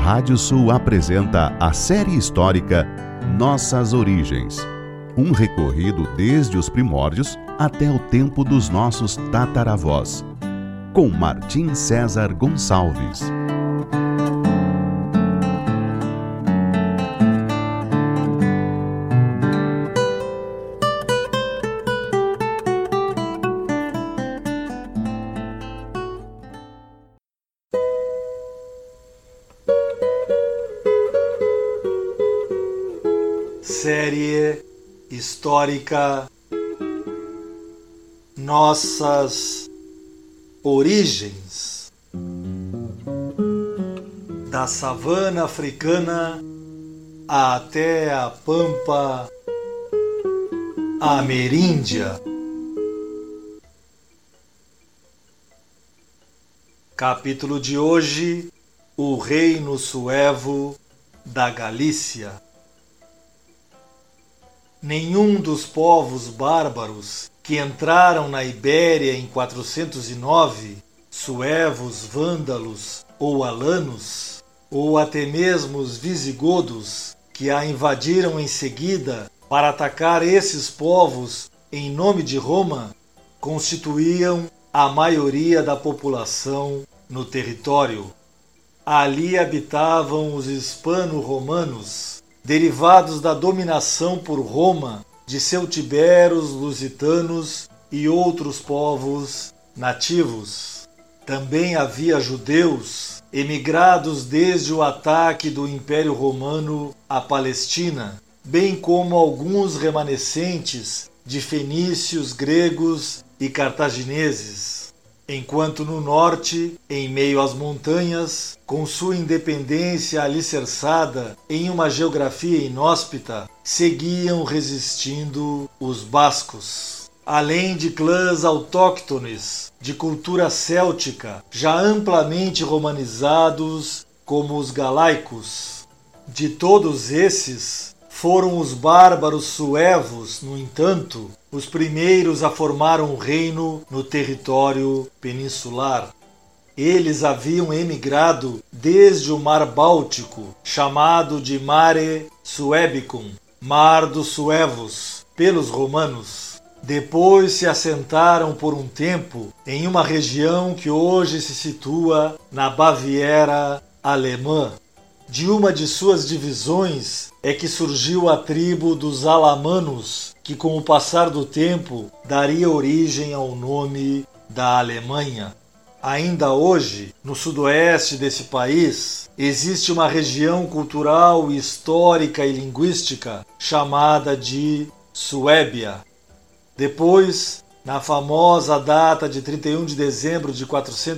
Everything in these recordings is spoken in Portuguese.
Rádio Sul apresenta a série histórica Nossas Origens. Um recorrido desde os primórdios até o tempo dos nossos tataravós. Com Martim César Gonçalves. Série histórica Nossas Origens. Da savana africana até a pampa ameríndia. Capítulo de hoje: o Reino Suevo da Galícia. Nenhum dos povos bárbaros que entraram na Ibéria em 409, suevos, vândalos ou alanos, ou até mesmo os visigodos que a invadiram em seguida para atacar esses povos em nome de Roma, constituíam a maioria da população no território. Ali habitavam os hispano-romanos, derivados da dominação por Roma de celtiberos, lusitanos e outros povos nativos. Também havia judeus emigrados desde o ataque do Império Romano à Palestina, bem como alguns remanescentes de fenícios, gregos e cartagineses. Enquanto no norte, em meio às montanhas, com sua independência alicerçada em uma geografia inóspita, seguiam resistindo os bascos. Além de clãs autóctones de cultura céltica, já amplamente romanizados como os galaicos. De todos esses, foram os bárbaros suevos, no entanto, os primeiros a formar um reino no território peninsular. Eles haviam emigrado desde o Mar Báltico, chamado de Mare Suebicum, Mar dos Suevos, pelos romanos. Depois se assentaram por um tempo em uma região que hoje se situa na Baviera alemã. De uma de suas divisões é que surgiu a tribo dos alamanos, que com o passar do tempo daria origem ao nome da Alemanha. Ainda hoje, no sudoeste desse país, existe uma região cultural, histórica e linguística chamada de Suébia. Depois, na famosa data de 31 de dezembro de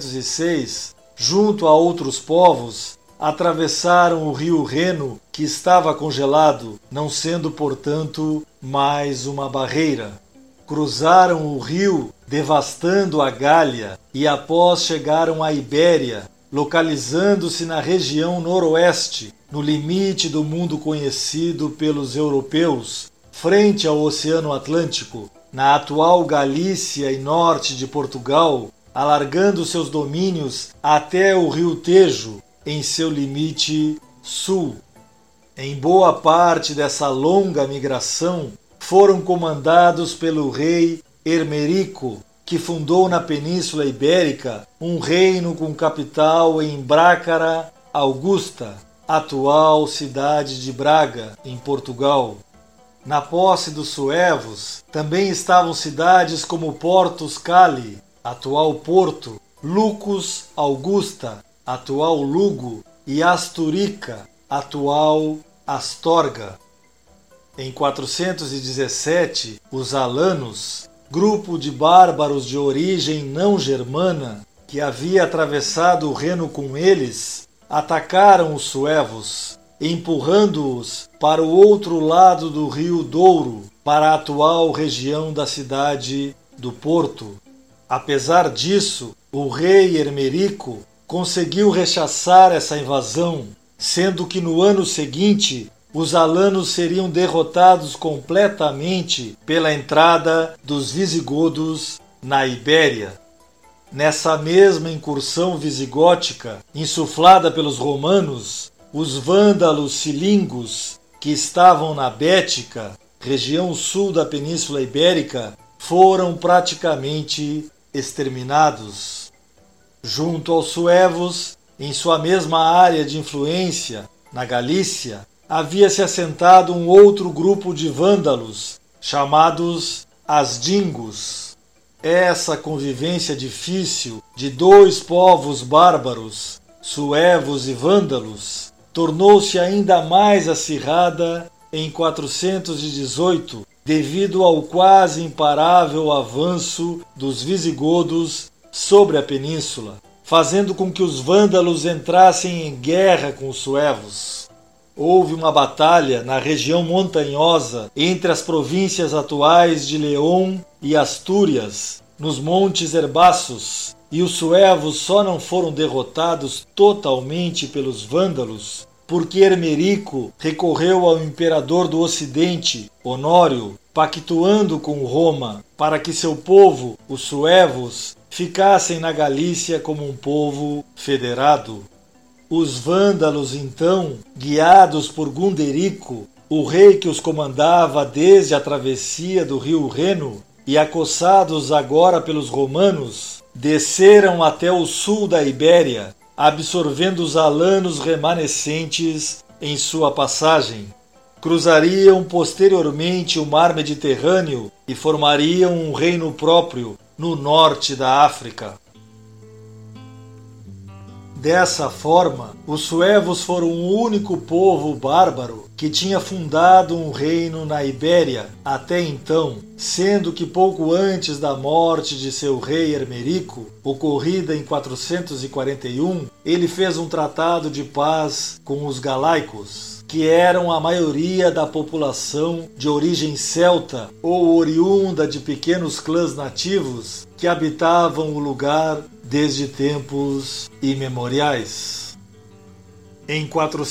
406, junto a outros povos, atravessaram o rio Reno, que estava congelado, não sendo, portanto, mais uma barreira. Cruzaram o rio, devastando a Gália, e após chegaram à Ibéria, localizando-se na região noroeste, no limite do mundo conhecido pelos europeus, frente ao Oceano Atlântico, na atual Galícia e norte de Portugal, alargando seus domínios até o rio Tejo, em seu limite sul. Em boa parte dessa longa migração, foram comandados pelo rei Hermerico, que fundou na Península Ibérica um reino com capital em Brácara Augusta, atual cidade de Braga, em Portugal. Na posse dos suevos, também estavam cidades como Portus Cali, atual Porto, Lucus Augusta, atual Lugo, e Astúrica, atual Astorga. Em 417, os alanos, grupo de bárbaros de origem não germana, que havia atravessado o Reno com eles, atacaram os suevos, empurrando-os para o outro lado do rio Douro, para a atual região da cidade do Porto. Apesar disso, o rei Hermerico conseguiu rechaçar essa invasão, sendo que no ano seguinte os alanos seriam derrotados completamente pela entrada dos visigodos na Ibéria. Nessa mesma incursão visigótica, insuflada pelos romanos, os vândalos cilingos, que estavam na Bética, região sul da Península Ibérica, foram praticamente exterminados. Junto aos suevos, em sua mesma área de influência, na Galícia, havia se assentado um outro grupo de vândalos, chamados asdingos. Essa convivência difícil de dois povos bárbaros, suevos e vândalos, tornou-se ainda mais acirrada em 418, devido ao quase imparável avanço dos visigodos sobre a península, fazendo com que os vândalos entrassem em guerra com os suevos. Houve uma batalha na região montanhosa entre as províncias atuais de León e Astúrias, nos Montes Herbaços, e os suevos só não foram derrotados totalmente pelos vândalos porque Hermerico recorreu ao imperador do Ocidente, Honório, pactuando com Roma para que seu povo, os suevos, ficassem na Galícia como um povo federado. Os vândalos, então, guiados por Gunderico, o rei que os comandava desde a travessia do rio Reno, e acossados agora pelos romanos, desceram até o sul da Ibéria, absorvendo os alanos remanescentes em sua passagem. Cruzariam posteriormente o mar Mediterrâneo e formariam um reino próprio no norte da África. Dessa forma, os suevos foram o único povo bárbaro que tinha fundado um reino na Ibéria até então, sendo que pouco antes da morte de seu rei Hermerico, ocorrida em 441, ele fez um tratado de paz com os galaicos, que eram a maioria da população de origem celta ou oriunda de pequenos clãs nativos que habitavam o lugar desde tempos imemoriais. Em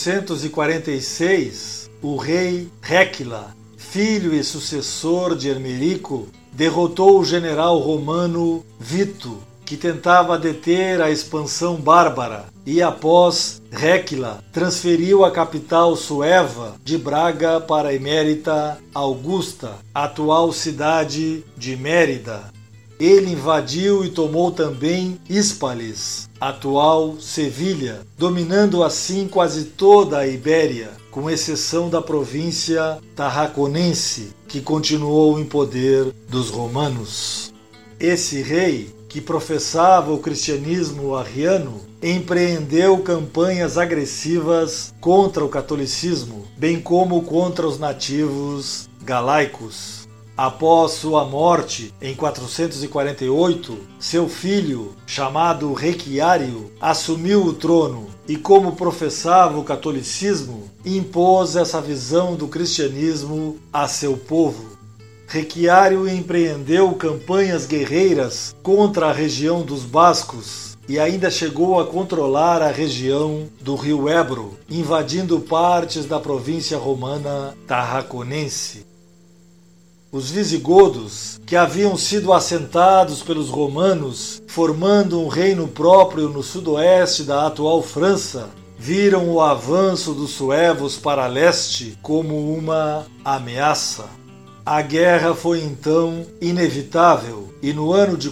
446, o rei Réquila, filho e sucessor de Hermerico, derrotou o general romano Vito, que tentava deter a expansão bárbara, e após Réquila transferiu a capital sueva de Braga para a emérita Augusta, atual cidade de Mérida. Ele invadiu e tomou também Hispalis, atual Sevilha, dominando assim quase toda a Ibéria, com exceção da província tarraconense, que continuou em poder dos romanos. Esse rei, que professava o cristianismo arriano, empreendeu campanhas agressivas contra o catolicismo, bem como contra os nativos galaicos. Após sua morte, em 448, seu filho, chamado Requiário, assumiu o trono e, como professava o catolicismo, impôs essa visão do cristianismo a seu povo. Requiário empreendeu campanhas guerreiras contra a região dos bascos e ainda chegou a controlar a região do rio Ebro, invadindo partes da província romana tarraconense. Os visigodos, que haviam sido assentados pelos romanos, formando um reino próprio no sudoeste da atual França, viram o avanço dos suevos para leste como uma ameaça. A guerra foi então inevitável e no ano de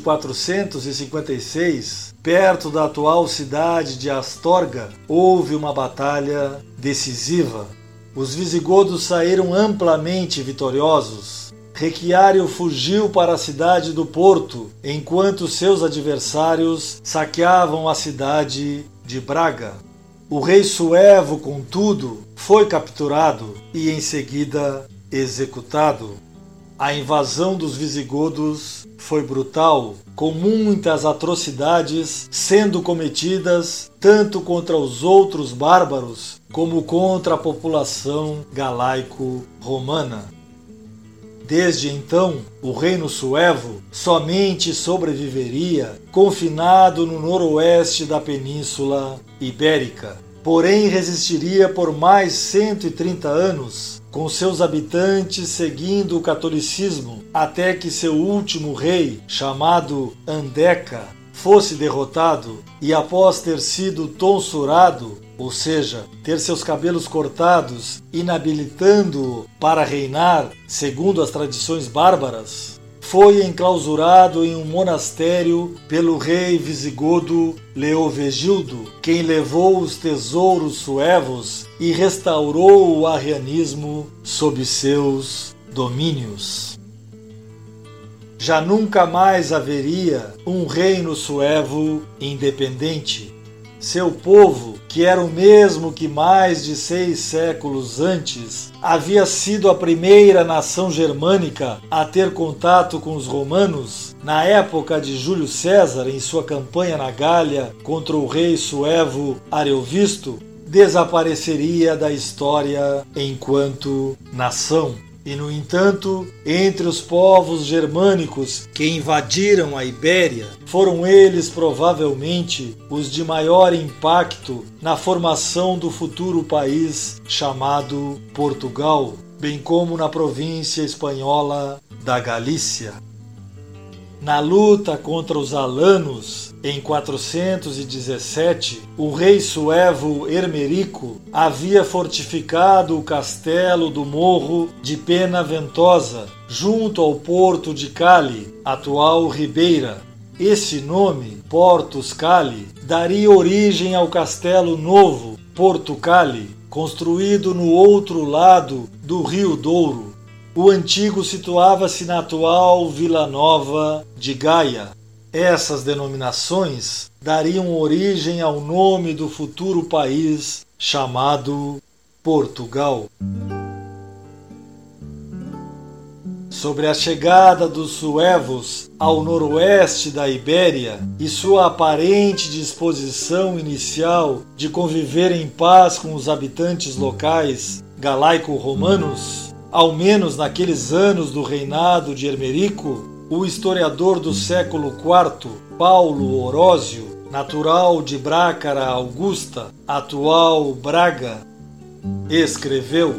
456, perto da atual cidade de Astorga, houve uma batalha decisiva. Os visigodos saíram amplamente vitoriosos. Requiário fugiu para a cidade do Porto, enquanto seus adversários saqueavam a cidade de Braga. O rei suevo, contudo, foi capturado e em seguida executado. A invasão dos visigodos foi brutal, com muitas atrocidades sendo cometidas tanto contra os outros bárbaros como contra a população galaico-romana. Desde então, o reino suevo somente sobreviveria confinado no noroeste da Península Ibérica, porém resistiria por mais 130 anos, com seus habitantes seguindo o catolicismo, até que seu último rei, chamado Andeca, fosse derrotado e após ter sido tonsurado, ou seja, ter seus cabelos cortados, inabilitando-o para reinar, segundo as tradições bárbaras, foi enclausurado em um monastério pelo rei visigodo Leovigildo, quem levou os tesouros suevos e restaurou o arrianismo sob seus domínios. Já nunca mais haveria um reino suevo independente. Seu povo, que era o mesmo que mais de 6 séculos antes havia sido a primeira nação germânica a ter contato com os romanos, na época de Júlio César em sua campanha na Gália contra o rei suevo Ariovisto, desapareceria da história enquanto nação. E, no entanto, entre os povos germânicos que invadiram a Ibéria, foram eles provavelmente os de maior impacto na formação do futuro país chamado Portugal, bem como na província espanhola da Galícia. Na luta contra os alanos, em 417, o rei suevo Hermerico havia fortificado o castelo do Morro de Pena Ventosa, junto ao porto de Cali, atual Ribeira. Esse nome, Portus Cali, daria origem ao castelo novo, Porto Cali, construído no outro lado do Rio Douro. O antigo situava-se na atual Vila Nova de Gaia. Essas denominações dariam origem ao nome do futuro país chamado Portugal. Sobre a chegada dos suevos ao noroeste da Ibéria e sua aparente disposição inicial de conviver em paz com os habitantes locais galaico-romanos, ao menos naqueles anos do reinado de Hermerico, o historiador do século IV, Paulo Orósio, natural de Brácara Augusta, atual Braga, escreveu: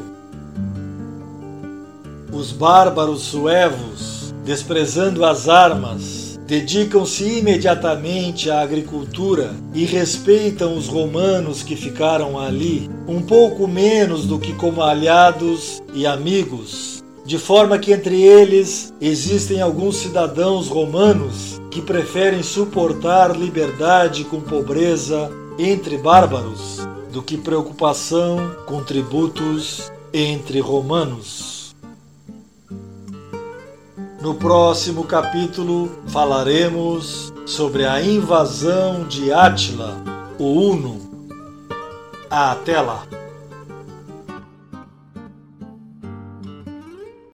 os bárbaros suevos, desprezando as armas, dedicam-se imediatamente à agricultura e respeitam os romanos que ficaram ali, um pouco menos do que como aliados e amigos, de forma que entre eles existem alguns cidadãos romanos que preferem suportar liberdade com pobreza entre bárbaros do que preocupação com tributos entre romanos. No próximo capítulo falaremos sobre a invasão de Átila, o Huno. Até lá!